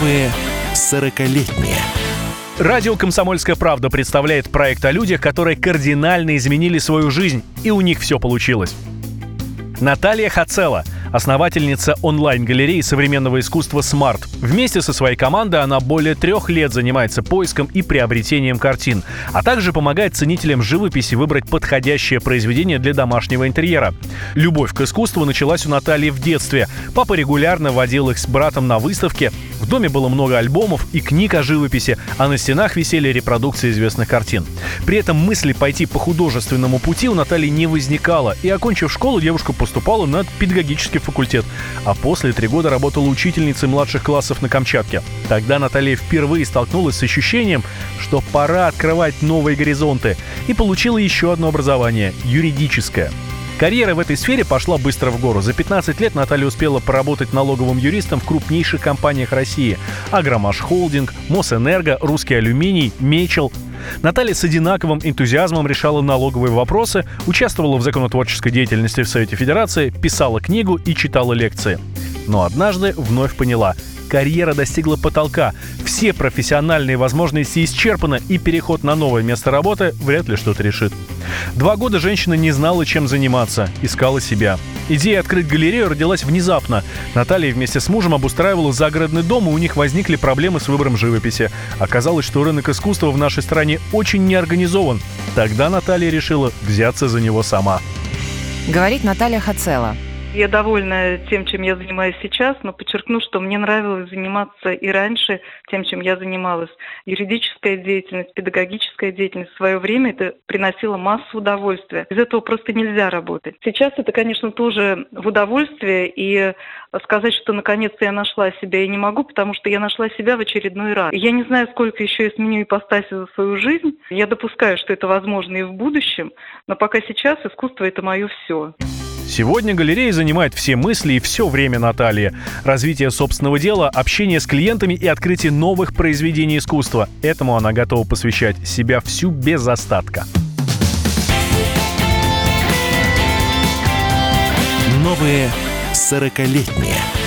Новые 40-летние. Радио «Комсомольская правда» представляет проект о людях, которые кардинально изменили свою жизнь, и у них все получилось. Наталья Хацела – основательница онлайн-галереи современного искусства «Смарт». Вместе со своей командой она более 3 лет занимается поиском и приобретением картин, а также помогает ценителям живописи выбрать подходящее произведение для домашнего интерьера. Любовь к искусству началась у Натальи в детстве. Папа регулярно водил их с братом на выставки. В доме было много альбомов и книг о живописи, а на стенах висели репродукции известных картин. При этом мысли пойти по художественному пути у Натальи не возникало, и, окончив школу, девушка поступала на педагогический факультет, а после 3 года работала учительницей младших классов на Камчатке. Тогда Наталья впервые столкнулась с ощущением, что пора открывать новые горизонты, и получила еще одно образование – юридическое. Карьера в этой сфере пошла быстро в гору. За 15 лет Наталья успела поработать налоговым юристом в крупнейших компаниях России: Агромаш Холдинг, Мосэнерго, Русский алюминий, Мечел. Наталья с одинаковым энтузиазмом решала налоговые вопросы, участвовала в законотворческой деятельности в Совете Федерации, писала книгу и читала лекции. Но однажды вновь поняла – карьера достигла потолка, все профессиональные возможности исчерпаны, и переход на новое место работы вряд ли что-то решит. 2 года женщина не знала, чем заниматься, искала себя. Идея открыть галерею родилась внезапно. Наталья вместе с мужем обустраивала загородный дом, и у них возникли проблемы с выбором живописи. Оказалось, что рынок искусства в нашей стране очень неорганизован. Тогда Наталья решила взяться за него сама. Говорит Наталья Хацела. Я довольна тем, чем я занимаюсь сейчас, но подчеркну, что мне нравилось заниматься и раньше тем, чем я занималась. Юридическая деятельность, педагогическая деятельность в свое время это приносило массу удовольствия. Без этого просто нельзя работать. Сейчас это, конечно, тоже в удовольствие, и сказать, что наконец-то я нашла себя, я не могу, потому что я нашла себя в очередной раз. Я не знаю, сколько еще я сменю ипостаси за свою жизнь. Я допускаю, что это возможно и в будущем, но пока сейчас искусство – это мое все. Сегодня галерея занимает все мысли и все время Натальи. Развитие собственного дела, общение с клиентами и открытие новых произведений искусства. Этому она готова посвящать себя всю без остатка. Новые 40-летние.